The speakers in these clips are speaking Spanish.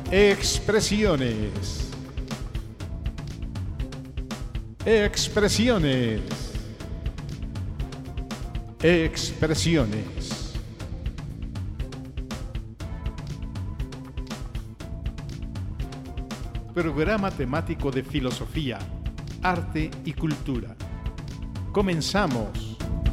Expresiones. Expresiones. Expresiones. Programa temático de filosofía, arte y cultura. Comenzamos.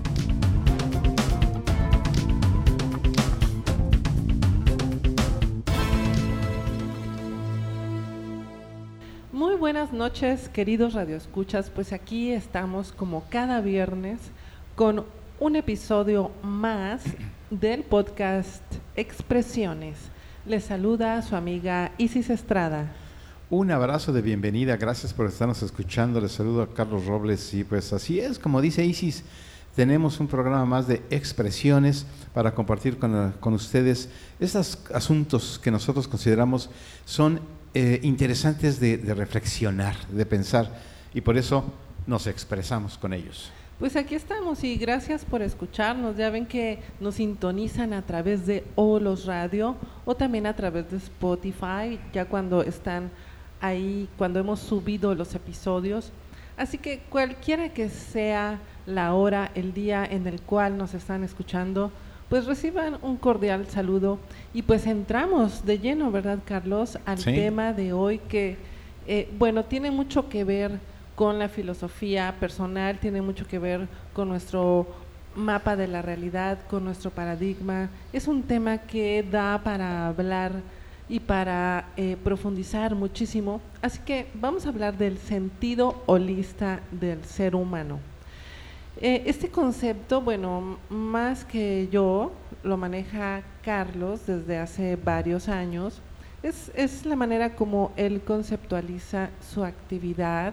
Muy buenas noches, queridos radioescuchas. Pues aquí estamos como cada viernes con un episodio más del podcast Expresiones. Les saluda su amiga Isis Estrada. Un abrazo de bienvenida, gracias por estarnos escuchando. Les saludo a Carlos Robles y pues así es, como dice Isis, tenemos un programa más de expresiones para compartir con ustedes estos asuntos que nosotros consideramos son interesantes de reflexionar, de pensar, y por eso nos expresamos con ellos. Pues aquí estamos y gracias por escucharnos. Ya ven que nos sintonizan a través de Olos Radio o también a través de Spotify, ya cuando están ahí, cuando hemos subido los episodios. Así que cualquiera que sea la hora, el día en el cual nos están escuchando, pues reciban un cordial saludo y pues entramos de lleno, ¿verdad, Carlos?, al tema de hoy que, tiene mucho que ver con la filosofía personal, tiene mucho que ver con nuestro mapa de la realidad, con nuestro paradigma. Es un tema que da para hablar y para profundizar muchísimo. Así que vamos a hablar del sentido holista del ser humano. Este concepto, más que yo, lo maneja Carlos desde hace varios años. Es la manera como él conceptualiza su actividad,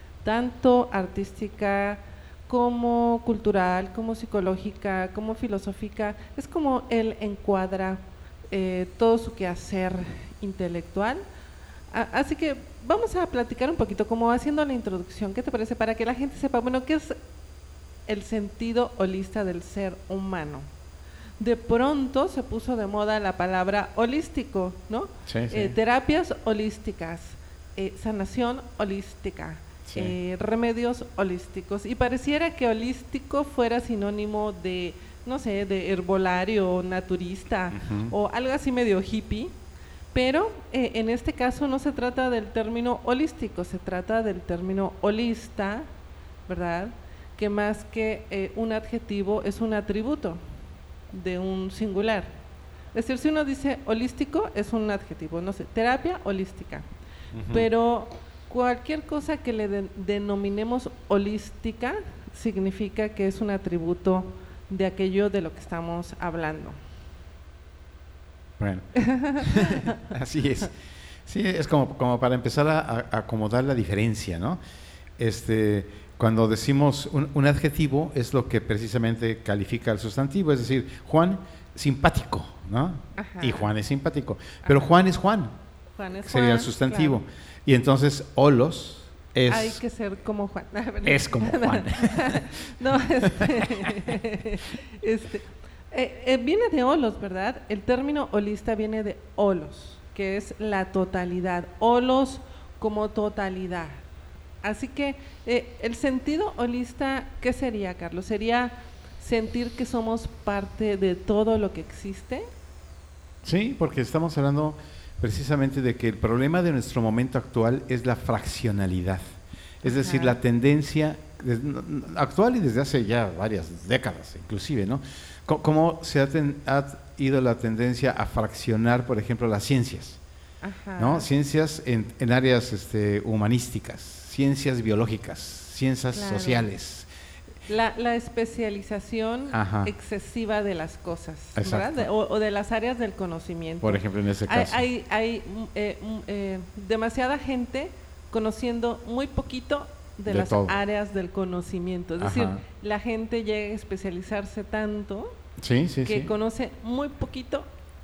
tanto artística como cultural, como psicológica, como filosófica. Es como él encuadra todo su quehacer intelectual. Así que vamos a platicar un poquito, como haciendo la introducción. ¿Qué te parece? Para que la gente sepa, qué es el sentido holista del ser humano. De pronto se puso de moda la palabra holístico, ¿no? Sí. Terapias holísticas, sanación holística, remedios holísticos. Y pareciera que holístico fuera sinónimo de, no sé, de herbolario, naturista, o algo así medio hippie. Pero en este caso no se trata del término holístico, se trata del término holista, ¿verdad?, que más que un adjetivo es un atributo de un singular. Es decir, si uno dice holístico es un adjetivo, no sé, terapia holística. Pero cualquier cosa que le denominemos holística significa que es un atributo de aquello de lo que estamos hablando. Bueno, así es. Sí, es como para empezar a acomodar la diferencia, ¿no? Cuando decimos un adjetivo es lo que precisamente califica al sustantivo, es decir, Juan, simpático, ¿no? Ajá. Y Juan es simpático, pero Juan es Juan, sería el sustantivo. Claro. Y entonces, holos es... Hay que ser como Juan. Es como Juan. No, viene de holos, ¿verdad? El término holista viene de holos, que es la totalidad, holos como totalidad. Así que el sentido holista, ¿qué sería, Carlos? ¿Sería sentir que somos parte de todo lo que existe? Sí, porque estamos hablando precisamente de que el problema de nuestro momento actual es la fraccionalidad. Es decir, la tendencia actual y desde hace ya varias décadas inclusive, ¿no? Cómo se ha ido la tendencia a fraccionar, por ejemplo, las ciencias, ¿no? Ciencias en áreas humanísticas, ciencias biológicas, ciencias sociales. La especialización excesiva de las cosas, ¿verdad? O de las áreas del conocimiento. Por ejemplo, en ese caso. Hay demasiada gente conociendo muy poquito de las áreas del conocimiento. Es decir, la gente llega a especializarse tanto que conoce muy poquito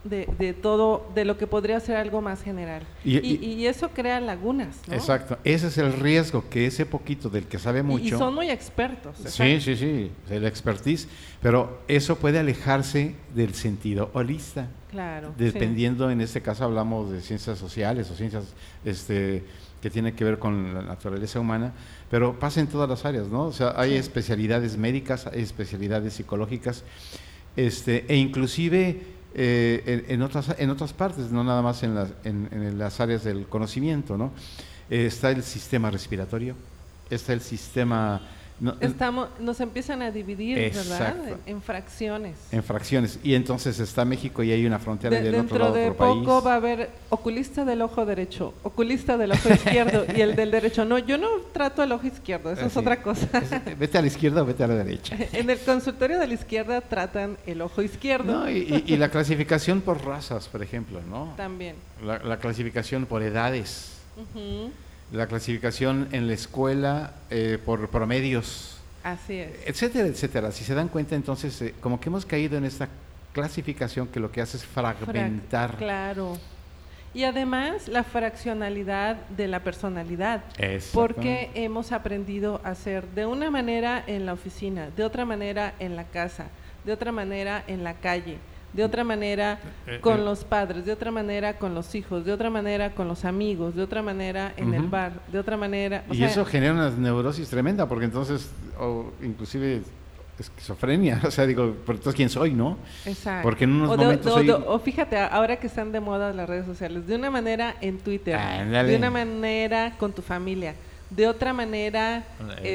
de todo, de lo que podría ser algo más general. Y eso crea lagunas, ¿no? Exacto, ese es el riesgo, que ese poquito del que sabe mucho... Y son muy expertos. Sí, el expertise, pero eso puede alejarse del sentido holista. Claro. Dependiendo, en este caso hablamos de ciencias sociales o ciencias que tienen que ver con la naturaleza humana, pero pasa en todas las áreas, ¿no? O sea, hay especialidades médicas, hay especialidades psicológicas, e inclusive en otras partes, no nada más en las áreas del conocimiento, ¿no? Está el sistema respiratorio, está el sistema... nos empiezan a dividir, exacto, ¿verdad? En fracciones. En fracciones. Y entonces está México y hay una frontera del otro lado de otro país. Dentro de poco va a haber oculista del ojo derecho, oculista del ojo izquierdo y el del derecho. No, yo no trato el ojo izquierdo, eso es otra cosa. Vete a la izquierda o vete a la derecha. En el consultorio de la izquierda tratan el ojo izquierdo. No, y la clasificación por razas, por ejemplo, ¿no? También. La clasificación por edades. Uh-huh. La clasificación en la escuela por promedios. Así es. Etcétera, etcétera. Si se dan cuenta, entonces, como que hemos caído en esta clasificación que lo que hace es fragmentar. Claro. Y además la fraccionalidad de la personalidad. Porque hemos aprendido a hacer de una manera en la oficina, de otra manera en la casa, de otra manera en la calle, de otra manera con los padres, de otra manera con los hijos, de otra manera con los amigos, de otra manera en el bar, de otra manera... Y eso genera una neurosis tremenda, porque entonces, inclusive esquizofrenia, o sea, digo, pero entonces ¿quién soy, no? Exacto. Porque en unos momentos o fíjate, ahora que están de moda las redes sociales, de una manera en Twitter, Ándale. de una manera con tu familia, de otra manera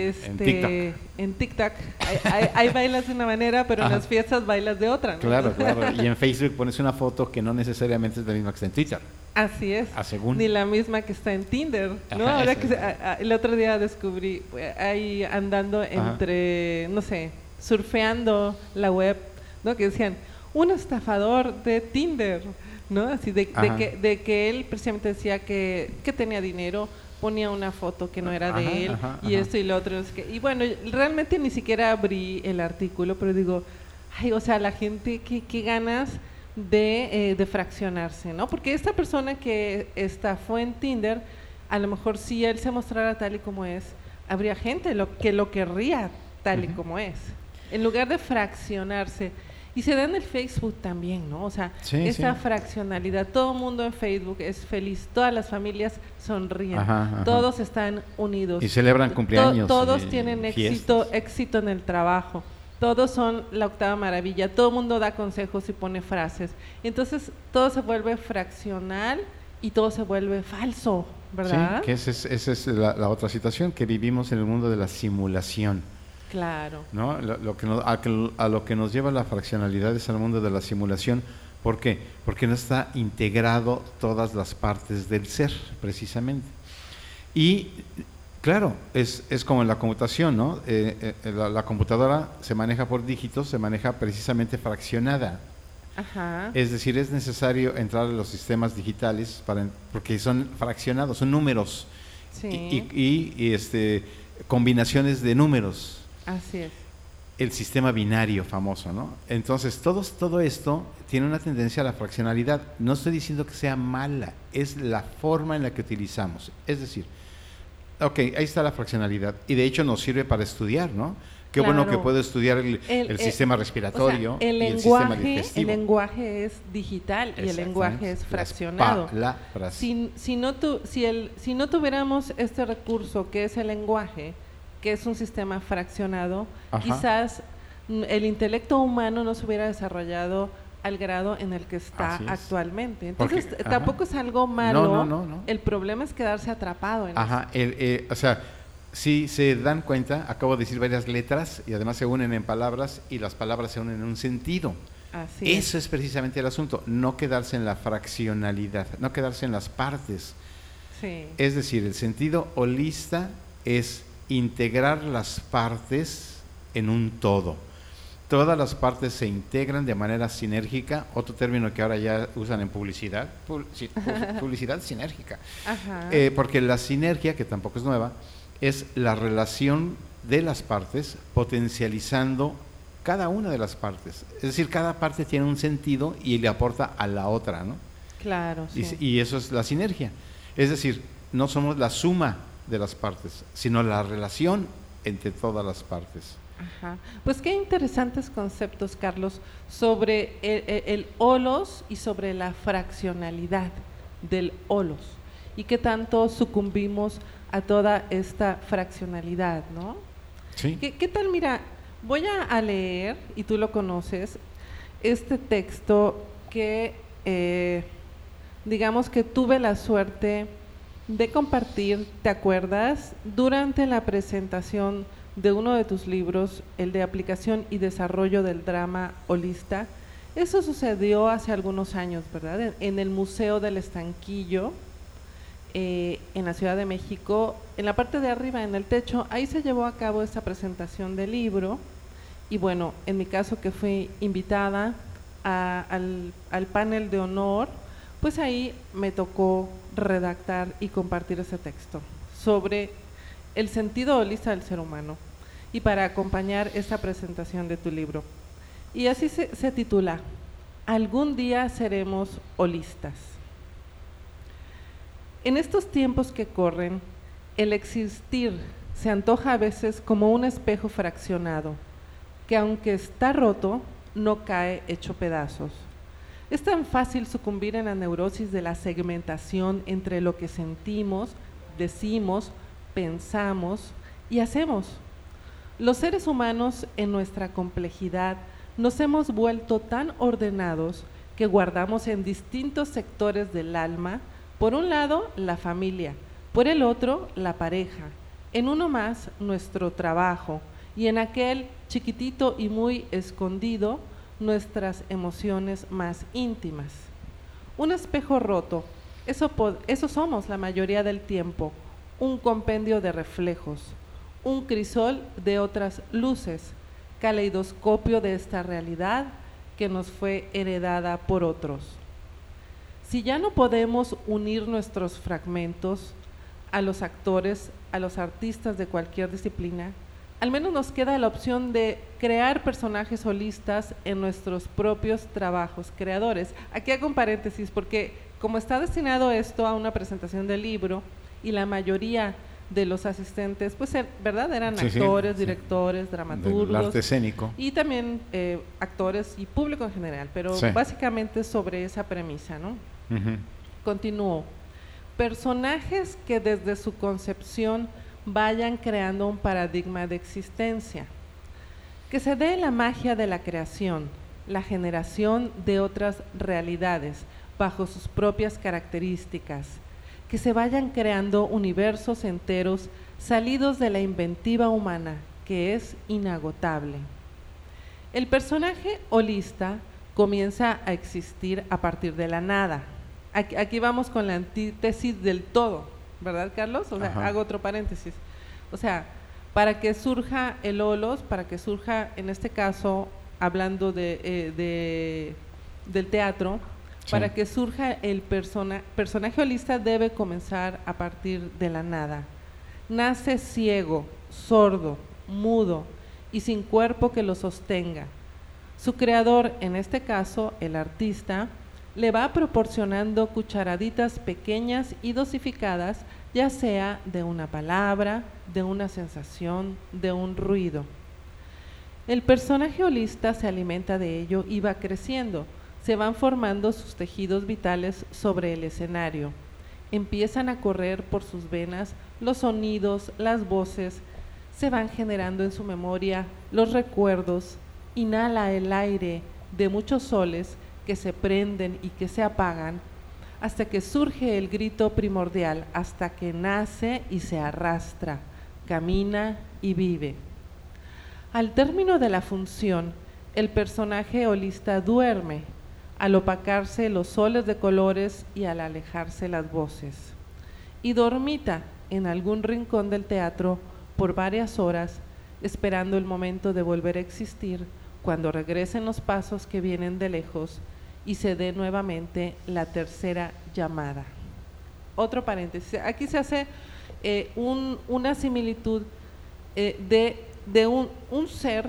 en TikTok. Ahí bailas de una manera, pero en las fiestas bailas de otra, ¿no? Claro. Y en Facebook pones una foto que no necesariamente es la misma que está en Twitter. Así es. Según. Ni la misma que está en Tinder, ¿no? Ajá, ahora que el otro día descubrí ahí andando entre, no sé, surfeando la web, ¿no? Que decían, un estafador de Tinder, ¿no? Así de que él precisamente decía que tenía dinero, ponía una foto que no era de él y esto y lo otro. Y bueno, realmente ni siquiera abrí el artículo, pero digo, ay, o sea, la gente, qué ganas de fraccionarse, ¿no? Porque esta persona que estafó en Tinder, a lo mejor si él se mostrara tal y como es, habría gente que lo querría tal y como es, en lugar de fraccionarse. Y se da en el Facebook también, ¿no? O sea, esa fraccionalidad. Todo el mundo en Facebook es feliz, todas las familias sonríen, todos están unidos. Y celebran cumpleaños. Todos tienen éxito en el trabajo, todos son la octava maravilla, todo el mundo da consejos y pone frases. Entonces, todo se vuelve fraccional y todo se vuelve falso, ¿verdad? Sí, que esa es la otra situación, que vivimos en el mundo de la simulación. Claro. ¿No? A lo que nos lleva la fraccionalidad es al mundo de la simulación. ¿Por qué? Porque no está integrado todas las partes del ser, precisamente. Y, claro, es como en la computación, ¿no? La computadora se maneja por dígitos, se maneja precisamente fraccionada. Ajá. Es decir, es necesario entrar a los sistemas digitales porque son fraccionados, son números. Sí. Y combinaciones de números. Así es. El sistema binario famoso, ¿no? Entonces, todo esto tiene una tendencia a la fraccionalidad. No estoy diciendo que sea mala, es la forma en la que utilizamos. Es decir, ahí está la fraccionalidad, y de hecho nos sirve para estudiar, ¿no? Qué bueno que puedo estudiar el sistema respiratorio, o sea, el sistema digestivo. El lenguaje es digital y el lenguaje es fraccionado. Si no tuviéramos este recurso que es el lenguaje, que es un sistema fraccionado, quizás el intelecto humano no se hubiera desarrollado al grado en el que está actualmente. Entonces, tampoco es algo malo. No. El problema es quedarse atrapado en eso. O sea, si se dan cuenta, acabo de decir varias letras y además se unen en palabras y las palabras se unen en un sentido. Eso es precisamente el asunto, no quedarse en la fraccionalidad, no quedarse en las partes. Sí. Es decir, el sentido holista es integrar las partes en un todo. Todas las partes se integran de manera sinérgica, otro término que ahora ya usan en publicidad, publicidad sinérgica. Porque la sinergia, que tampoco es nueva, es la relación de las partes potencializando cada una de las partes. Es decir, cada parte tiene un sentido y le aporta a la otra, ¿no? Claro, sí. Y eso es la sinergia. Es decir, no somos la suma de las partes, sino la relación entre todas las partes. Ajá. Pues qué interesantes conceptos, Carlos, sobre el holos y sobre la fraccionalidad del holos y qué tanto sucumbimos a toda esta fraccionalidad, ¿no? Sí. ¿Qué tal? Mira, voy a leer, y tú lo conoces, este texto que digamos que tuve la suerte de compartir, ¿te acuerdas? Durante la presentación de uno de tus libros, el de aplicación y desarrollo del drama holista. Eso sucedió hace algunos años, ¿verdad? En el Museo del Estanquillo, en la Ciudad de México, en la parte de arriba, en el techo, ahí se llevó a cabo esta presentación del libro. Y bueno, en mi caso, que fui invitada al panel de honor, pues ahí me tocó redactar y compartir ese texto sobre el sentido holista del ser humano, y para acompañar esta presentación de tu libro. Y así se titula: Algún día seremos holistas. En estos tiempos que corren, el existir se antoja a veces como un espejo fraccionado, que aunque está roto, no cae hecho pedazos. Es tan fácil sucumbir en la neurosis de la segmentación entre lo que sentimos, decimos, pensamos y hacemos. Los seres humanos, en nuestra complejidad, nos hemos vuelto tan ordenados que guardamos en distintos sectores del alma, por un lado la familia, por el otro la pareja, en uno más nuestro trabajo y en aquel chiquitito y muy escondido nuestras emociones más íntimas. Un espejo roto, eso somos la mayoría del tiempo, un compendio de reflejos, un crisol de otras luces, caleidoscopio de esta realidad que nos fue heredada por otros. Si ya no podemos unir nuestros fragmentos a los actores, a los artistas de cualquier disciplina, al menos nos queda la opción de crear personajes holistas en nuestros propios trabajos creadores. Aquí hago un paréntesis porque como está destinado esto a una presentación del libro y la mayoría de los asistentes, pues, ¿verdad? Eran actores, directores, dramaturgos. Del arte escénico. Y también actores y público en general, pero básicamente sobre esa premisa, ¿no? Continúo. Personajes que desde su concepción vayan creando un paradigma de existencia, que se dé la magia de la creación, la generación de otras realidades bajo sus propias características, que se vayan creando universos enteros salidos de la inventiva humana, que es inagotable. El personaje holista comienza a existir a partir de la nada. Aquí vamos con la antítesis del todo, ¿verdad, Carlos? O sea, hago otro paréntesis. O sea, para que surja el holos, para que surja, en este caso, hablando del teatro, para que surja el personaje holista debe comenzar a partir de la nada. Nace ciego, sordo, mudo y sin cuerpo que lo sostenga. Su creador, en este caso el artista, le va proporcionando cucharaditas pequeñas y dosificadas, ya sea de una palabra, de una sensación, de un ruido. El personaje holista se alimenta de ello y va creciendo. Se van formando sus tejidos vitales sobre el escenario. Empiezan a correr por sus venas los sonidos, las voces, se van generando en su memoria los recuerdos, inhala el aire de muchos soles que se prenden y que se apagan, hasta que surge el grito primordial, hasta que nace y se arrastra, camina y vive. Al término de la función, el personaje holista duerme, al opacarse los soles de colores y al alejarse las voces, y dormita en algún rincón del teatro por varias horas, esperando el momento de volver a existir cuando regresen los pasos que vienen de lejos y se dé nuevamente la tercera llamada. Otro paréntesis, aquí se hace una similitud de un ser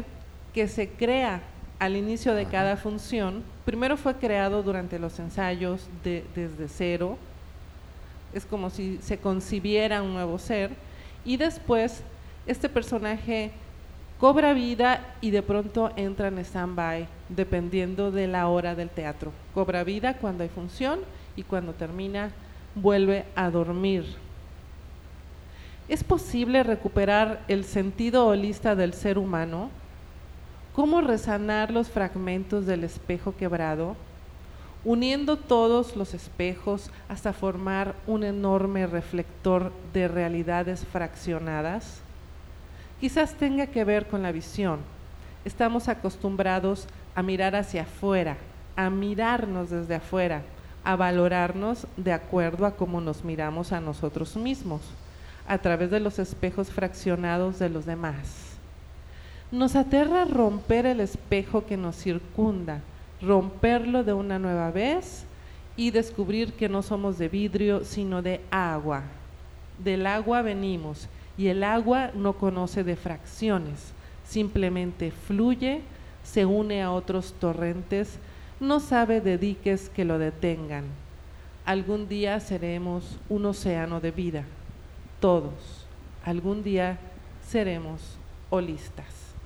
que se crea al inicio de cada función, primero fue creado durante los ensayos desde cero, es como si se concibiera un nuevo ser, y después este personaje cobra vida y de pronto entra en stand-by, dependiendo de la hora del teatro. Cobra vida cuando hay función y cuando termina vuelve a dormir. ¿Es posible recuperar el sentido holista del ser humano? ¿Cómo resanar los fragmentos del espejo quebrado, uniendo todos los espejos hasta formar un enorme reflector de realidades fraccionadas? Quizás tenga que ver con la visión. Estamos acostumbrados a mirar hacia afuera, a mirarnos desde afuera, a valorarnos de acuerdo a cómo nos miramos a nosotros mismos, a través de los espejos fraccionados de los demás. Nos aterra romper el espejo que nos circunda, romperlo de una nueva vez y descubrir que no somos de vidrio, sino de agua. Del agua venimos y el agua no conoce de fracciones, simplemente fluye, se une a otros torrentes, no sabe de diques que lo detengan. Algún día seremos un océano de vida, todos. Algún día seremos holistas.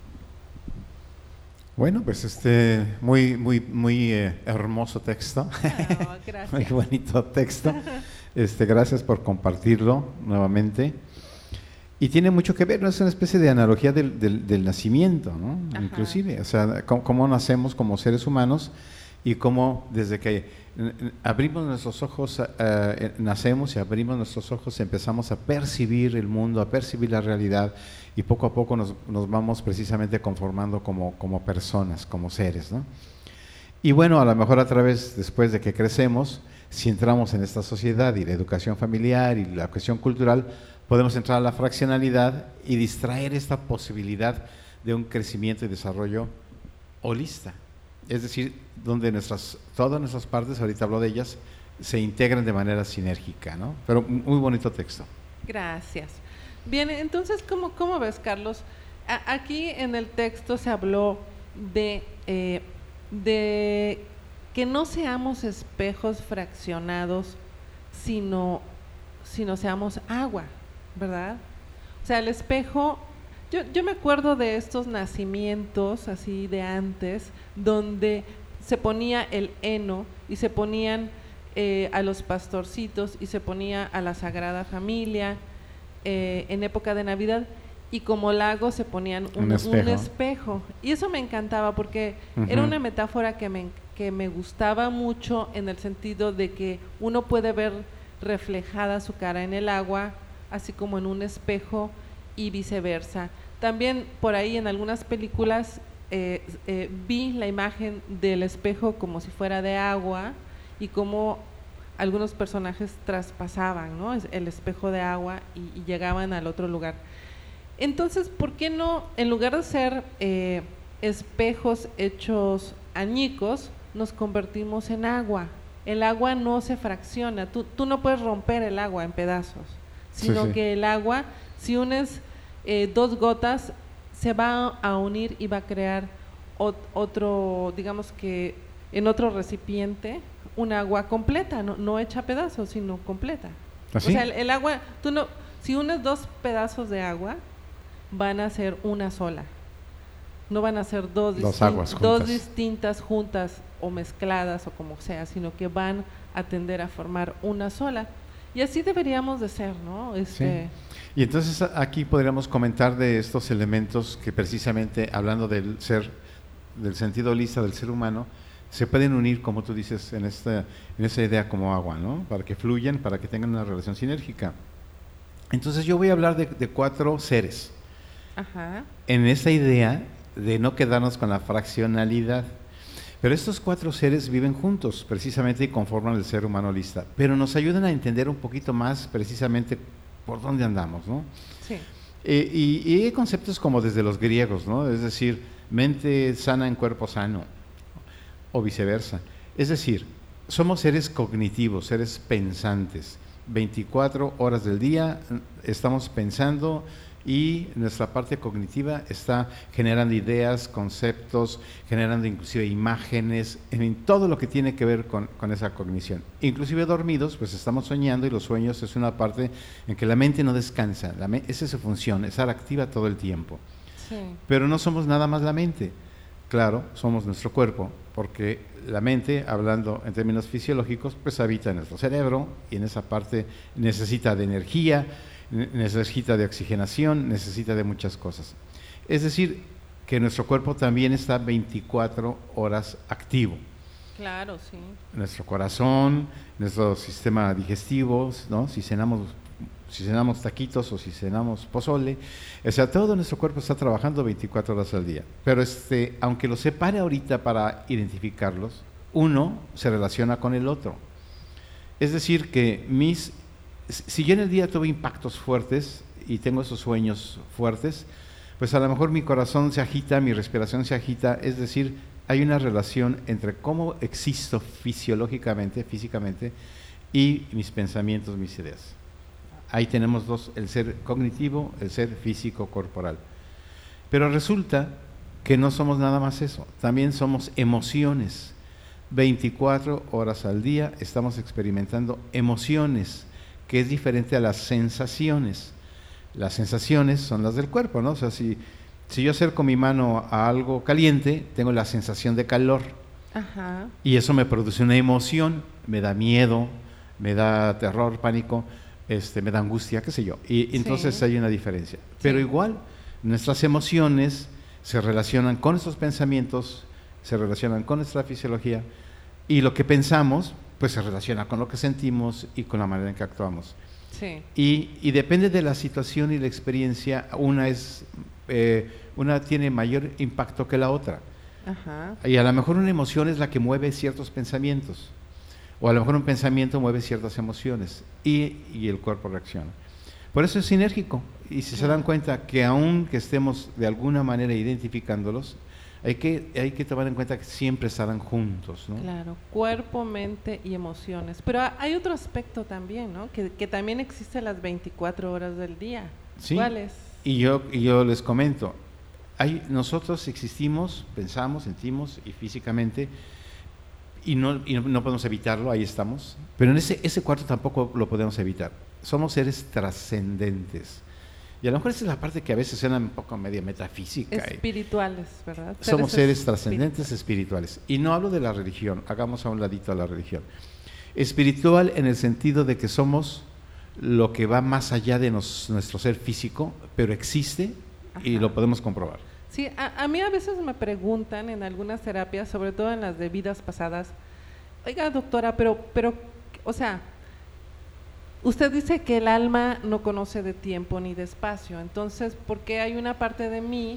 Bueno, pues muy hermoso texto. Oh, gracias. Muy bonito texto. Gracias por compartirlo nuevamente. Y tiene mucho que ver, ¿no? Es una especie de analogía del nacimiento, ¿no? Ajá. Inclusive, o sea, cómo nacemos como seres humanos y cómo desde que abrimos nuestros ojos, nacemos y abrimos nuestros ojos, empezamos a percibir el mundo, a percibir la realidad y poco a poco nos vamos precisamente conformando como personas, como seres, ¿no? Y bueno, a lo mejor a través, después de que crecemos, si entramos en esta sociedad y la educación familiar y la cuestión cultural, podemos entrar a la fraccionalidad y distraer esta posibilidad de un crecimiento y desarrollo holista. Es decir, donde todas nuestras partes, ahorita hablo de ellas, se integran de manera sinérgica, ¿no? Pero muy bonito texto. Gracias. Bien, entonces, ¿cómo ves, Carlos? Aquí en el texto se habló de que no seamos espejos fraccionados, sino seamos agua, ¿verdad? O sea, el espejo, yo me acuerdo de estos nacimientos así de antes, donde se ponía el heno y se ponían a los pastorcitos y se ponía a la Sagrada Familia en época de Navidad, y como lago se ponían un espejo. Y eso me encantaba porque era una metáfora que me gustaba mucho, en el sentido de que uno puede ver reflejada su cara en el agua, así como en un espejo, y viceversa. También por ahí en algunas películas vi la imagen del espejo como si fuera de agua y como algunos personajes traspasaban, ¿no?, el espejo de agua y llegaban al otro lugar. Entonces, ¿por qué no, en lugar de ser espejos hechos añicos, nos convertimos en agua? El agua no se fracciona, tú no puedes romper el agua en pedazos, sino que el agua, si unes dos gotas, se va a unir y va a crear otro, digamos que en otro recipiente, un agua completa, no hecha a pedazos, sino completa. ¿Así? O sea, el agua, si unes dos pedazos de agua, van a ser una sola. No van a ser dos distintas juntas o mezcladas o como sea, sino que van a tender a formar una sola. Y así deberíamos de ser, ¿no? Sí. Y entonces aquí podríamos comentar de estos elementos que precisamente, hablando del sentido holista del ser humano, se pueden unir, como tú dices, en esa idea como agua, ¿no? Para que fluyan, para que tengan una relación sinérgica. Entonces yo voy a hablar de 4 seres. Ajá. En esa idea de no quedarnos con la fraccionalidad. Pero estos 4 seres viven juntos, precisamente, y conforman el ser humano holista. Pero nos ayudan a entender un poquito más, precisamente, por dónde andamos, ¿no? Sí. Y hay conceptos como desde los griegos, ¿no? Es decir, mente sana en cuerpo sano, o viceversa. Es decir, somos seres cognitivos, seres pensantes. 24 horas del día estamos pensando y nuestra parte cognitiva está generando ideas, conceptos, generando inclusive imágenes, en fin, todo lo que tiene que ver con esa cognición. Inclusive dormidos, pues estamos soñando, y los sueños es una parte en que la mente no descansa, esa es su función, estar activa todo el tiempo. Sí. Pero no somos nada más la mente, claro, somos nuestro cuerpo, porque la mente, hablando en términos fisiológicos, pues habita en nuestro cerebro, y en esa parte necesita de energía, necesita de oxigenación, necesita de muchas cosas. Es decir, que nuestro cuerpo también está 24 horas activo. Claro, sí. Nuestro corazón, nuestro sistema digestivo, ¿no? Si cenamos taquitos o si cenamos pozole, o sea, todo nuestro cuerpo está trabajando 24 horas al día. Pero aunque los separe ahorita para identificarlos, uno se relaciona con el otro. Es decir, que si yo en el día tuve impactos fuertes y tengo esos sueños fuertes, pues a lo mejor mi corazón se agita, mi respiración se agita, es decir, hay una relación entre cómo existo fisiológicamente, físicamente, y mis pensamientos, mis ideas. Ahí tenemos dos, el ser cognitivo, el ser físico corporal. Pero resulta que no somos nada más eso, también somos emociones. 24 horas al día estamos experimentando emociones, que es diferente a las sensaciones. Las sensaciones son las del cuerpo, ¿no? O sea, si yo acerco mi mano a algo caliente, tengo la sensación de calor. Ajá. Y eso me produce una emoción, me da miedo, me da terror, pánico, me da angustia, qué sé yo. Y entonces hay una diferencia. Pero igual, nuestras emociones se relacionan con nuestros pensamientos, se relacionan con nuestra fisiología, y lo que pensamos, pues se relaciona con lo que sentimos y con la manera en que actuamos. Sí. Y depende de la situación y la experiencia, una tiene mayor impacto que la otra. Ajá. Y a lo mejor una emoción es la que mueve ciertos pensamientos, o a lo mejor un pensamiento mueve ciertas emociones, y el cuerpo reacciona. Por eso es sinérgico, y si se dan cuenta que aun que estemos de alguna manera identificándolos, hay que tomar en cuenta que siempre estarán juntos, ¿no? Claro, cuerpo, mente y emociones. Pero hay otro aspecto también, ¿no? Que también existe las 24 horas del día. Sí. ¿Cuál es? Y yo les comento, nosotros existimos, pensamos, sentimos y físicamente, y no podemos evitarlo, ahí estamos, pero en ese cuarto tampoco lo podemos evitar. Somos seres trascendentes. Y a lo mejor esa es la parte que a veces suena un poco media metafísica. Espirituales, ¿verdad? Somos seres trascendentes espirituales. Y no hablo de la religión, hagamos a un ladito a la religión. Espiritual en el sentido de que somos lo que va más allá de nuestro ser físico, pero existe. Ajá. Y lo podemos comprobar. Sí, a mí a veces me preguntan en algunas terapias, sobre todo en las de vidas pasadas, oiga doctora, pero, o sea, usted dice que el alma no conoce de tiempo ni de espacio, entonces, ¿por qué hay una parte de mí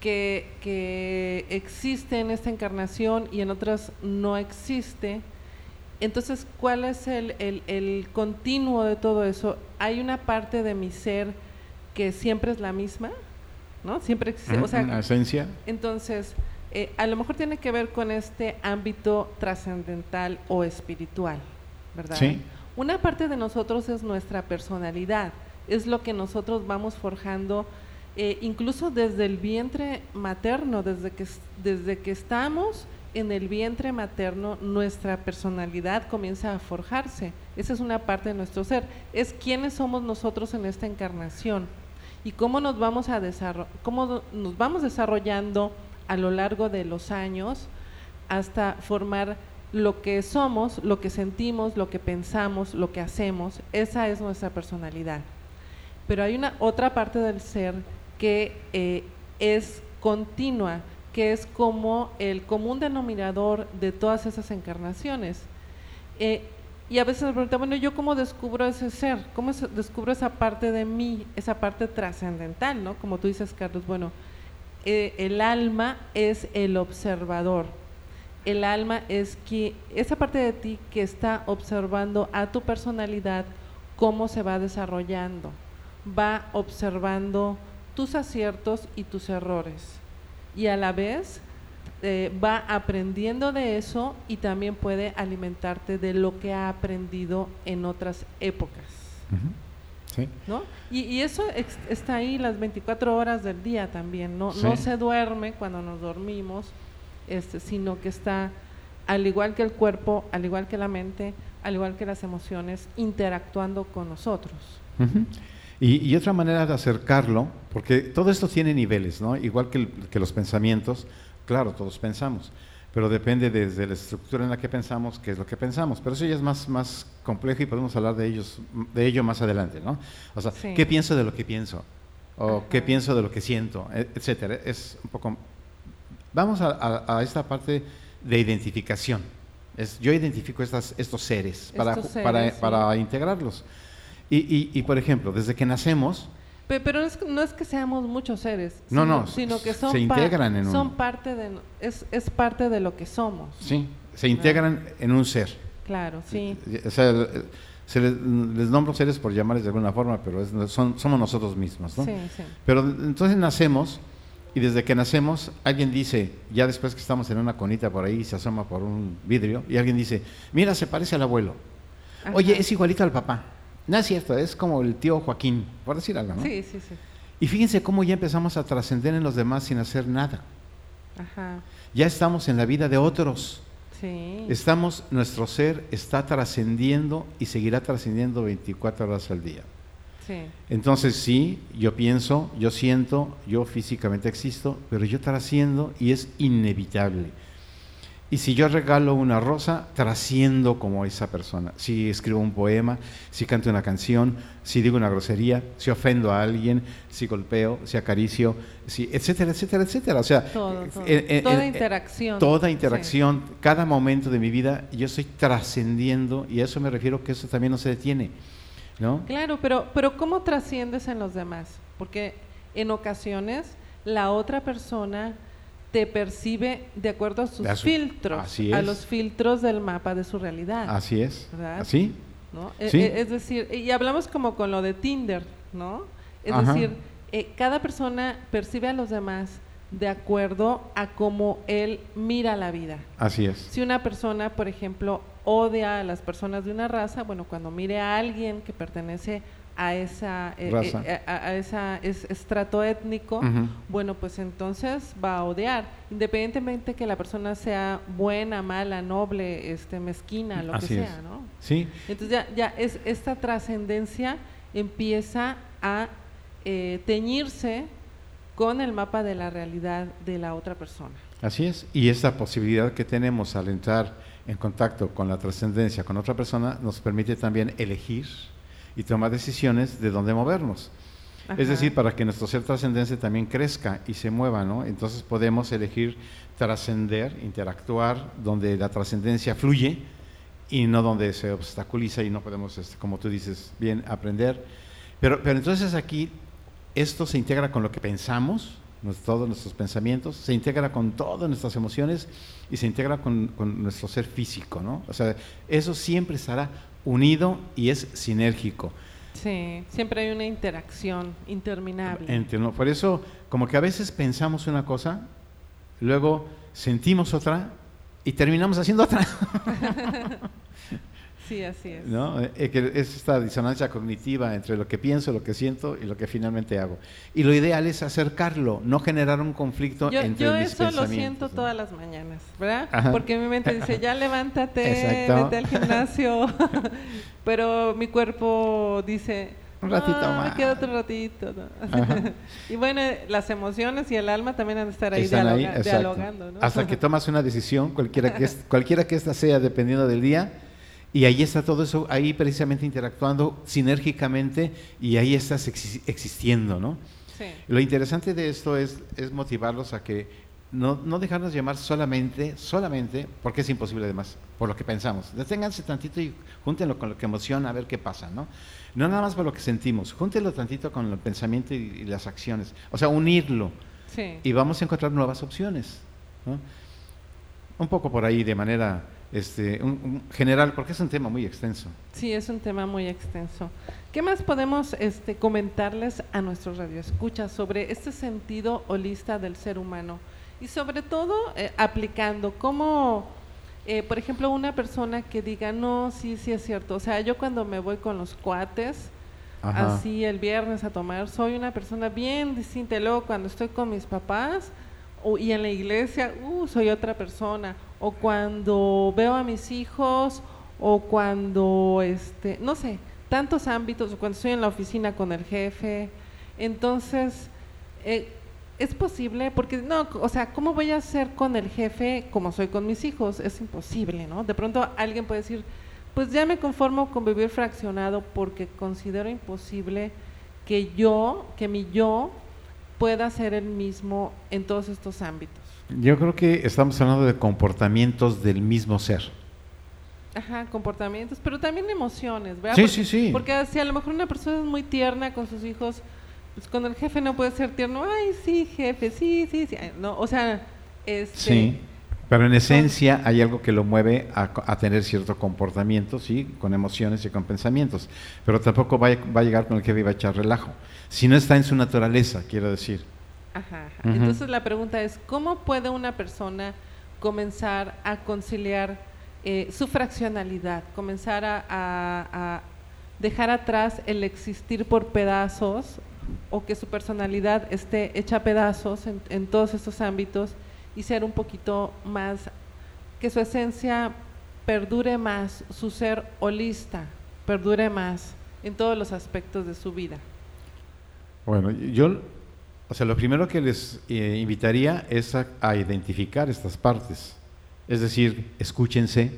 que existe en esta encarnación y en otras no existe? Entonces, ¿cuál es el continuo de todo eso? ¿Hay una parte de mi ser que siempre es la misma? ¿No? Siempre existe, o sea, la esencia. Entonces, a lo mejor tiene que ver con este ámbito trascendental o espiritual, ¿verdad? Sí. Una parte de nosotros es nuestra personalidad, es lo que nosotros vamos forjando, incluso desde el vientre materno, desde que estamos en el vientre materno, nuestra personalidad comienza a forjarse. Esa es una parte de nuestro ser, es quiénes somos nosotros en esta encarnación y cómo nos vamos desarrollando a lo largo de los años hasta formar lo que somos, lo que sentimos, lo que pensamos, lo que hacemos. Esa es nuestra personalidad. Pero hay otra parte del ser que es continua, que es como el común denominador de todas esas encarnaciones. Y a veces me preguntan, bueno, ¿yo cómo descubro ese ser? ¿Cómo descubro esa parte de mí, esa parte trascendental, ¿no? Como tú dices, Carlos, bueno, el alma es el observador. El alma es esa parte de ti que está observando a tu personalidad, cómo se va desarrollando, va observando tus aciertos y tus errores, y a la vez va aprendiendo de eso y también puede alimentarte de lo que ha aprendido en otras épocas. Sí. ¿no? Y eso está ahí las 24 horas del día también, no, Sí. no se duerme cuando nos dormimos, sino que está, al igual que el cuerpo, al igual que la mente, al igual que las emociones, interactuando con nosotros. Ujú. Y otra manera de acercarlo, porque todo esto tiene niveles, ¿no? Igual que los pensamientos, claro, todos pensamos, pero depende desde la estructura en la que pensamos, qué es lo que pensamos, pero eso ya es más complejo y podemos hablar de ello más adelante, ¿no? O sea, Sí. ¿qué pienso de lo que pienso? O Ajá. qué pienso de lo que siento, etcétera. Es un poco... Vamos a esta parte de identificación. Yo identifico estos seres Estos seres, sí. para integrarlos. Y, por ejemplo, desde que nacemos, Pero no es que seamos muchos seres, No, sino que son se integran en son un... parte es parte de lo que somos. Sí, se integran en un ser. Claro, sí. O sea, les nombro seres por llamarles de alguna forma, pero somos nosotros mismos, ¿no? Sí, sí. Pero entonces nacemos, y desde que nacemos, alguien dice, ya después que estamos en una conita por ahí, se asoma por un vidrio, y alguien dice, mira, se parece al abuelo. Ajá. Oye, es igualito al papá. No es cierto, es como el tío Joaquín, por decir algo, ¿no? Sí, sí, sí. Y fíjense cómo ya empezamos a trascender en los demás sin hacer nada. Ajá. Ya estamos en la vida de otros. Sí. Nuestro ser está trascendiendo y seguirá trascendiendo 24 horas al día. Sí. Entonces sí, yo pienso, yo siento, yo físicamente existo, pero yo trasciendo y es inevitable. Y si yo regalo una rosa, trasciendo como esa persona. Si escribo un poema, si canto una canción, si digo una grosería, si ofendo a alguien, si golpeo, si acaricio, etcétera, etcétera, etcétera. O sea, Todo. Toda interacción. Toda interacción, sí. Cada momento de mi vida, yo estoy trascendiendo, y a eso me refiero, que eso también no se detiene, ¿no? Claro, pero ¿cómo trasciendes en los demás? Porque en ocasiones la otra persona te percibe de acuerdo a sus filtros, así es. A los filtros del mapa de su realidad. Así es, ¿verdad? así. ¿No? Sí. Es decir, y hablamos como con lo de Tinder, ¿no? Es Ajá. decir, cada persona percibe a los demás de acuerdo a cómo él mira la vida. Así es. Si una persona, por ejemplo, odia a las personas de una raza, bueno, cuando mire a alguien que pertenece a esa raza, a esa estrato étnico, bueno, pues entonces va a odiar, independientemente que la persona sea buena, mala, noble, mezquina, lo así que sea, es. ¿no? Sí. Entonces ya esta trascendencia empieza a teñirse con el mapa de la realidad de la otra persona. Así es, y esta posibilidad que tenemos al entrar en contacto con la trascendencia con otra persona nos permite también elegir y tomar decisiones de dónde movernos. Ajá. Es decir, para que nuestro ser trascendente también crezca y se mueva, ¿no? Entonces podemos elegir trascender, interactuar donde la trascendencia fluye y no donde se obstaculiza y no podemos, como tú dices, bien aprender. Pero entonces aquí esto se integra con lo que pensamos, todos nuestros pensamientos, se integra con todas nuestras emociones y se integra con nuestro ser físico, ¿no? O sea, eso siempre estará unido y es sinérgico. Sí, siempre hay una interacción interminable. Por eso, como que a veces pensamos una cosa, luego sentimos otra y terminamos haciendo otra. Sí, así es. ¿No? Que es esta disonancia cognitiva entre lo que pienso, lo que siento y lo que finalmente hago. Y lo ideal es acercarlo, no generar un conflicto entre mis pensamientos. Yo eso lo siento, ¿no? Todas las mañanas, ¿verdad? Ajá. Porque mi mente dice, ya levántate, exacto, vete al gimnasio. Pero mi cuerpo dice, un ratito más. Me queda otro ratito, ¿no? Y bueno, las emociones y el alma también han de estar ahí, dialogando, ¿no? Hasta que tomas una decisión, cualquiera que ésta sea, dependiendo del día. Y ahí está todo eso, ahí precisamente interactuando sinérgicamente y ahí estás existiendo, ¿no? Sí. Lo interesante de esto es motivarlos a que no dejarnos llamar solamente, porque es imposible además, por lo que pensamos. Deténganse tantito y júntenlo con lo que emociona, a ver qué pasa, ¿no? No nada más por lo que sentimos, júntenlo tantito con el pensamiento y las acciones. O sea, unirlo. Sí. Y vamos a encontrar nuevas opciones, ¿no? Un poco por ahí de manera... general, porque es un tema muy extenso. Sí, es un tema muy extenso. ¿Qué más podemos comentarles a nuestros radioescuchas sobre este sentido holista del ser humano? Y sobre todo, aplicando cómo, por ejemplo, una persona que diga, no, sí es cierto. O sea, yo cuando me voy con los cuates, Ajá. así el viernes a tomar, soy una persona bien distinta. Y luego cuando estoy con mis papás y en la iglesia, soy otra persona. O cuando veo a mis hijos, o cuando, no sé, tantos ámbitos, o cuando estoy en la oficina con el jefe. Entonces, es posible, porque no, o sea, ¿cómo voy a ser con el jefe como soy con mis hijos? Es imposible, ¿no? De pronto alguien puede decir, pues ya me conformo con vivir fraccionado porque considero imposible que mi yo pueda ser el mismo en todos estos ámbitos. Yo creo que estamos hablando de comportamientos del mismo ser. Ajá, comportamientos, pero también emociones, ¿verdad? Sí, sí. Porque si a lo mejor una persona es muy tierna con sus hijos, pues con el jefe no puede ser tierno. Ay, sí, jefe, sí. No, o sea, sí, pero en esencia hay algo que lo mueve a tener cierto comportamiento, sí, con emociones y con pensamientos. Pero tampoco va a llegar con el jefe y va a echar relajo. Si no está en su naturaleza, quiero decir. Ajá. Uh-huh. Entonces la pregunta es, ¿cómo puede una persona comenzar a conciliar su fraccionalidad, comenzar a dejar atrás el existir por pedazos, o que su personalidad esté hecha a pedazos en todos estos ámbitos, y ser un poquito más, que su esencia perdure más, su ser holista perdure más en todos los aspectos de su vida? Bueno, lo primero que les invitaría es a identificar estas partes. Es decir, escúchense,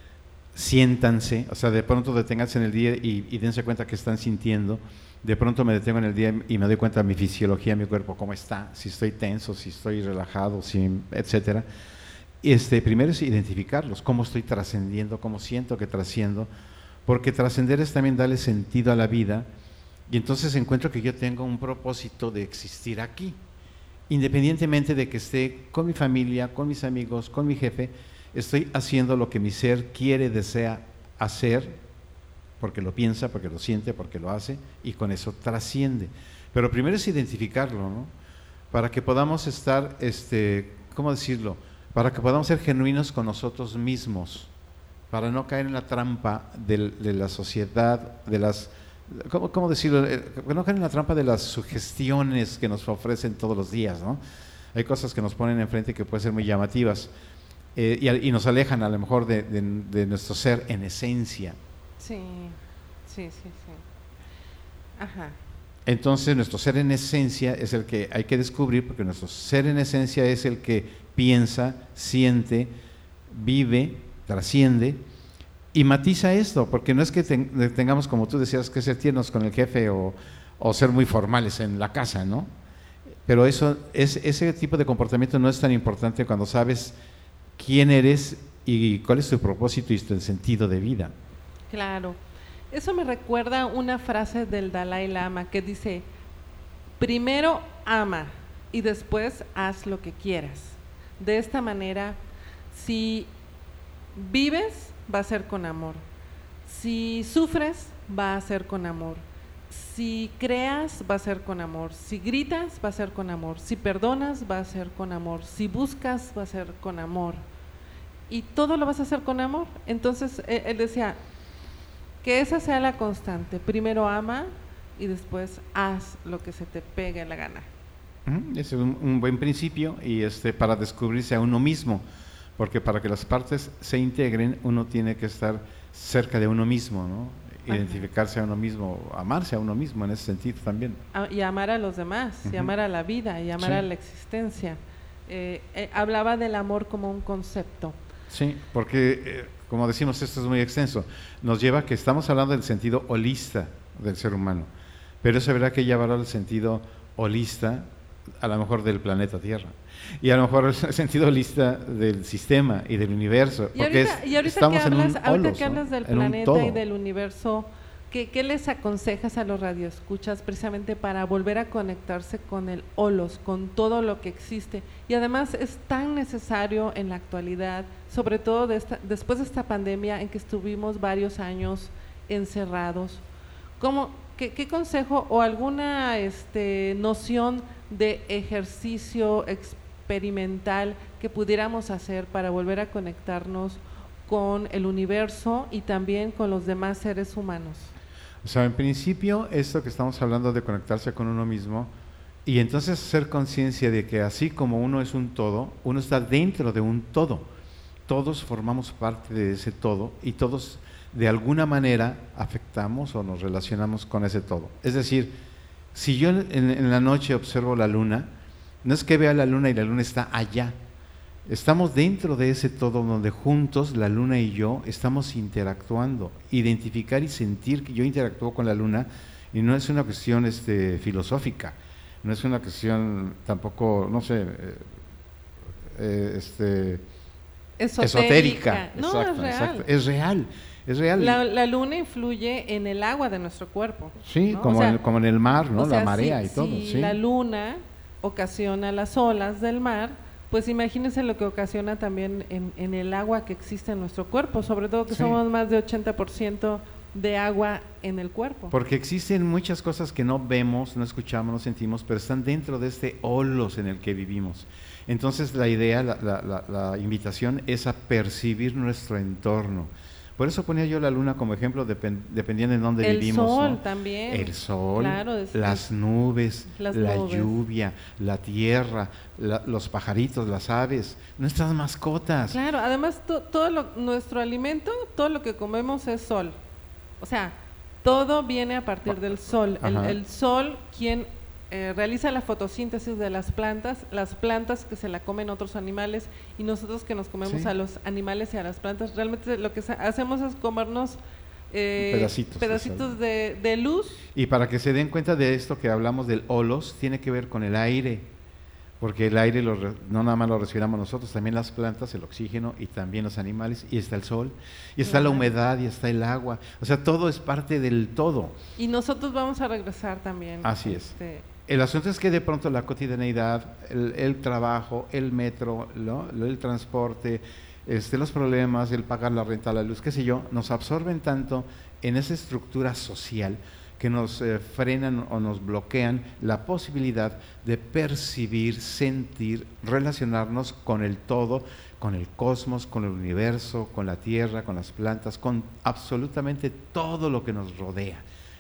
siéntanse, o sea, de pronto deténganse en el día y dense cuenta que están sintiendo. De pronto me detengo en el día y me doy cuenta de mi fisiología, mi cuerpo, cómo está, si estoy tenso, si estoy relajado, etcétera. Primero es identificarlos, cómo estoy trascendiendo, cómo siento que trasciendo, porque trascender es también darle sentido a la vida, y entonces encuentro que yo tengo un propósito de existir aquí. Independientemente de que esté con mi familia, con mis amigos, con mi jefe, estoy haciendo lo que mi ser quiere, desea hacer, porque lo piensa, porque lo siente, porque lo hace, y con eso trasciende. Pero primero es identificarlo, ¿no? Para que podamos estar, ¿cómo decirlo? Para que podamos ser genuinos con nosotros mismos, para no caer en la trampa de la sociedad, de las... ¿Cómo decirlo? No caer en la trampa de las sugestiones que nos ofrecen todos los días, ¿no? Hay cosas que nos ponen enfrente que pueden ser muy llamativas y nos alejan a lo mejor de nuestro ser en esencia. Sí. Ajá. Entonces nuestro ser en esencia es el que hay que descubrir, porque nuestro ser en esencia es el que piensa, siente, vive, trasciende. Y matiza esto, porque no es que tengamos, como tú decías, que ser tiernos con el jefe o ser muy formales en la casa, ¿no? Pero ese tipo de comportamiento no es tan importante cuando sabes quién eres y cuál es tu propósito y tu sentido de vida. Claro. Eso me recuerda una frase del Dalai Lama que dice, primero ama y después haz lo que quieras. De esta manera, si vives, va a ser con amor. Si sufres, va a ser con amor. Si creas, va a ser con amor. Si gritas, va a ser con amor. Si perdonas, va a ser con amor. Si buscas, va a ser con amor. Y todo lo vas a hacer con amor. Entonces, él decía, que esa sea la constante. Primero ama y después haz lo que se te pegue la gana. Ese es un buen principio y para descubrirse a uno mismo. Porque para que las partes se integren, uno tiene que estar cerca de uno mismo, ¿no? Ajá. Identificarse a uno mismo, amarse a uno mismo en ese sentido también. Y amar a los demás, y amar a la vida, y amar a la existencia. Hablaba del amor como un concepto. Sí, porque, como decimos, esto es muy extenso. Nos lleva a que estamos hablando del sentido holista del ser humano, pero eso verá que llevará al sentido holista, a lo mejor del planeta Tierra. Y a lo mejor el sentido holista del sistema y del universo. Porque ahorita estamos ahorita que hablas del planeta y del universo, ¿qué les aconsejas a los radioescuchas precisamente para volver a conectarse con el holos, con todo lo que existe? Y además es tan necesario en la actualidad, sobre todo después de esta pandemia en que estuvimos varios años encerrados. ¿Qué consejo o alguna noción de ejercicio experimental que pudiéramos hacer para volver a conectarnos con el universo y también con los demás seres humanos? O sea, en principio, esto que estamos hablando de conectarse con uno mismo y entonces hacer conciencia de que así como uno es un todo, uno está dentro de un todo. Todos formamos parte de ese todo y todos de alguna manera afectamos o nos relacionamos con ese todo. Es decir, si yo en la noche observo la luna, no es que vea la luna y la luna está allá. Estamos dentro de ese todo donde juntos, la luna y yo, estamos interactuando. Identificar y sentir que yo interactúo con la luna, y no es una cuestión filosófica, no es una cuestión tampoco, no sé, esotérica. No, Exacto, es real. exacto. Es real. La luna influye en el agua de nuestro cuerpo. Sí, ¿no? como en el mar, ¿no? O sea, La marea si, y todo. Si sí. la luna ocasiona las olas del mar, pues imagínense lo que ocasiona también en el agua que existe en nuestro cuerpo, sobre todo que somos más de 80% de agua en el cuerpo. Porque existen muchas cosas que no vemos, no escuchamos, no sentimos, pero están dentro de este holos en el que vivimos. Entonces la idea, la invitación es a percibir nuestro entorno. Por eso ponía yo la luna como ejemplo, dependiendo en dónde vivimos. El sol, ¿no? también. El sol, claro, las nubes, la lluvia, la tierra, los pajaritos, las aves, nuestras mascotas. Claro, además nuestro alimento, todo lo que comemos es sol. O sea, todo viene a partir del sol. El sol, quien realiza la fotosíntesis de las plantas que se la comen otros animales y nosotros que nos comemos a los animales y a las plantas, realmente lo que hacemos es comernos pedacitos de luz. Y para que se den cuenta de esto que hablamos del holos, tiene que ver con el aire, porque el aire no nada más lo respiramos nosotros, también las plantas, el oxígeno y también los animales, y está el sol, y está la humedad, y está el agua, o sea, todo es parte del todo. Y nosotros vamos a regresar también. Así es. El asunto es que de pronto la cotidianeidad, el trabajo, el metro, el transporte, los problemas, el pagar la renta, la luz, qué sé yo, nos absorben tanto en esa estructura social que nos frenan o nos bloquean la posibilidad de percibir, sentir, relacionarnos con el todo, con el cosmos, con el universo, con la tierra, con las plantas, con absolutamente todo lo que nos rodea.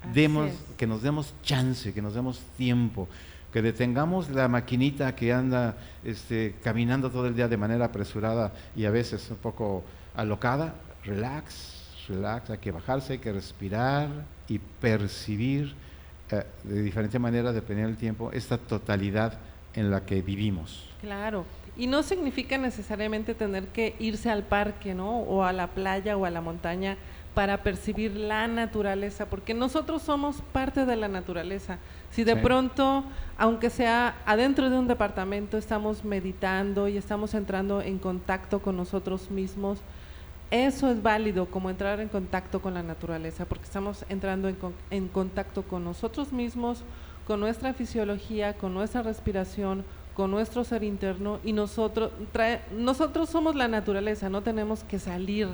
Que nos demos chance, que nos demos tiempo, que detengamos la maquinita que anda caminando todo el día de manera apresurada y a veces un poco alocada. Relax, hay que bajarse, hay que respirar y percibir de diferente manera, dependiendo del tiempo, esta totalidad en la que vivimos. Claro, y no significa necesariamente tener que irse al parque, ¿no? O a la playa o a la montaña para percibir la naturaleza, porque nosotros somos parte de la naturaleza. Si de pronto, aunque sea adentro de un departamento, estamos meditando y estamos entrando en contacto con nosotros mismos, eso es válido como entrar en contacto con la naturaleza, porque estamos entrando en contacto con nosotros mismos, con nuestra fisiología, con nuestra respiración, con nuestro ser interno, y nosotros somos la naturaleza, no tenemos que salir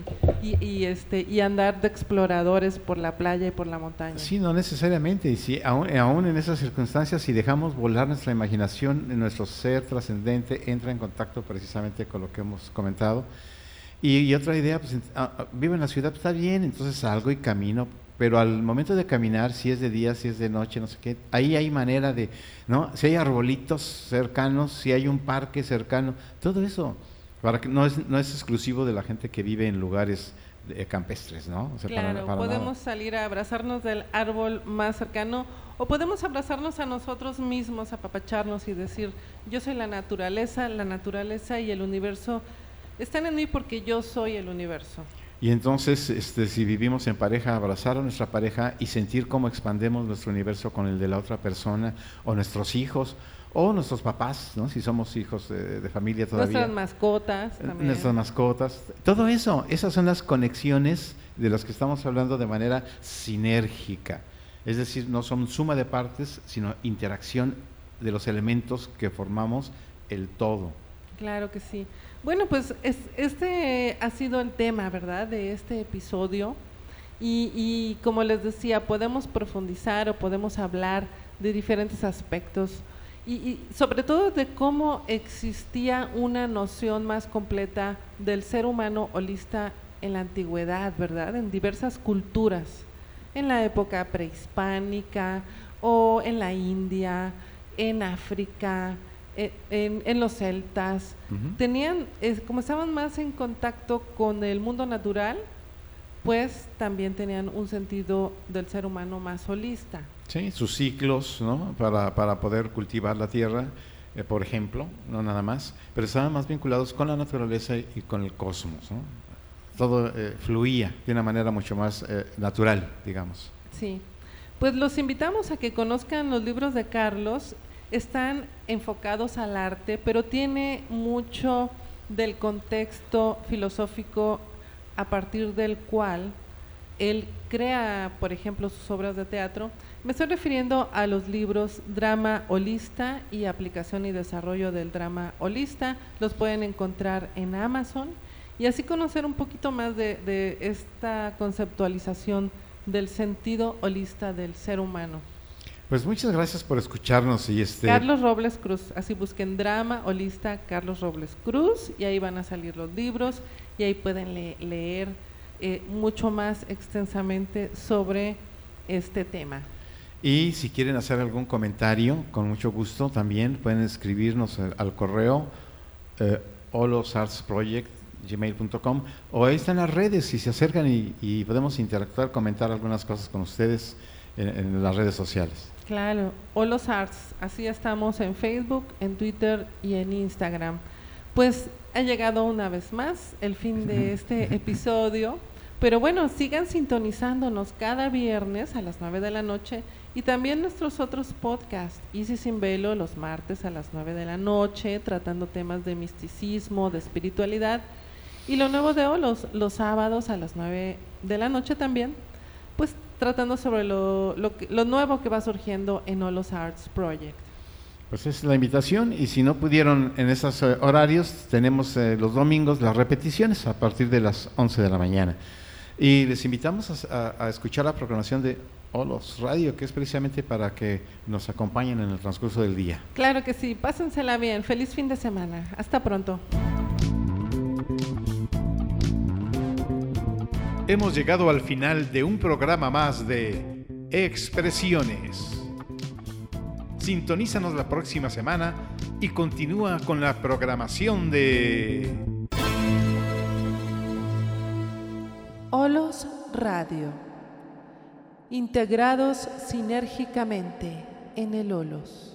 y andar de exploradores por la playa y por la montaña. Sí, no necesariamente, y si aún en esas circunstancias, si dejamos volar nuestra imaginación, nuestro ser trascendente entra en contacto precisamente con lo que hemos comentado. Y otra idea, pues vivo en la ciudad, pues está bien, entonces salgo y camino, pero al momento de caminar, si es de día, si es de noche, no sé qué, ahí hay manera de, ¿no? Si hay arbolitos cercanos, si hay un parque cercano, todo eso, para que no es exclusivo de la gente que vive en lugares campestres, ¿no? O sea, claro, para podemos salir a abrazarnos del árbol más cercano, o podemos abrazarnos a nosotros mismos, apapacharnos y decir, yo soy la naturaleza y el universo están en mí porque yo soy el universo. Y entonces, si vivimos en pareja, abrazar a nuestra pareja y sentir cómo expandemos nuestro universo con el de la otra persona, o nuestros hijos, o nuestros papás, ¿no? Si somos hijos de familia todavía. Nuestras mascotas también. Nuestras mascotas. Todo eso, esas son las conexiones de las que estamos hablando de manera sinérgica. Es decir, no son suma de partes, sino interacción de los elementos que formamos el todo. Claro que sí. Bueno, pues este ha sido el tema, ¿verdad?, de este episodio, y como les decía, podemos profundizar o podemos hablar de diferentes aspectos y sobre todo de cómo existía una noción más completa del ser humano holista en la antigüedad, ¿verdad?, en diversas culturas. en la época prehispánica o en la India, en África, en los celtas. Tenían, como estaban más en contacto con el mundo natural, pues también tenían un sentido del ser humano más holista. Sí, sus ciclos, ¿no? Para poder cultivar la tierra, por ejemplo, no nada más, pero estaban más vinculados con la naturaleza y con el cosmos, ¿no? Todo fluía de una manera mucho más natural, digamos. Sí, pues los invitamos a que conozcan los libros de Carlos. Están enfocados al arte, pero tiene mucho del contexto filosófico a partir del cual él crea, por ejemplo, sus obras de teatro. Me estoy refiriendo a los libros Drama Holista y Aplicación y Desarrollo del Drama Holista. Los pueden encontrar en Amazon y así conocer un poquito más de esta conceptualización del sentido holista del ser humano. Pues muchas gracias por escucharnos. Carlos Robles Cruz, así busquen Drama Holista Carlos Robles Cruz y ahí van a salir los libros y ahí pueden leer mucho más extensamente sobre este tema. Y si quieren hacer algún comentario, con mucho gusto también pueden escribirnos al correo holosartsproject@gmail.com, o ahí están las redes, si se acercan y podemos interactuar, comentar algunas cosas con ustedes en las redes sociales. Claro, Holos Arts, así estamos en Facebook, en Twitter y en Instagram. Pues ha llegado una vez más el fin de este episodio, pero bueno, sigan sintonizándonos cada viernes a las 9 de la noche y también nuestros otros podcasts, Isis sin Velo, los martes a las 9 de la noche, tratando temas de misticismo, de espiritualidad, y lo nuevo de Holos, los sábados a las 9 de la noche también, pues tratando sobre lo nuevo que va surgiendo en Holos Arts Project. Pues es la invitación, y si no pudieron en esos horarios, tenemos los domingos las repeticiones a partir de las 11 de la mañana. Y les invitamos a escuchar la programación de Holos Radio, que es precisamente para que nos acompañen en el transcurso del día. Claro que sí, pásensela bien, feliz fin de semana, hasta pronto. Hemos llegado al final de un programa más de Expresiones. Sintonízanos la próxima semana y continúa con la programación de Holos Radio, integrados sinérgicamente en el Holos.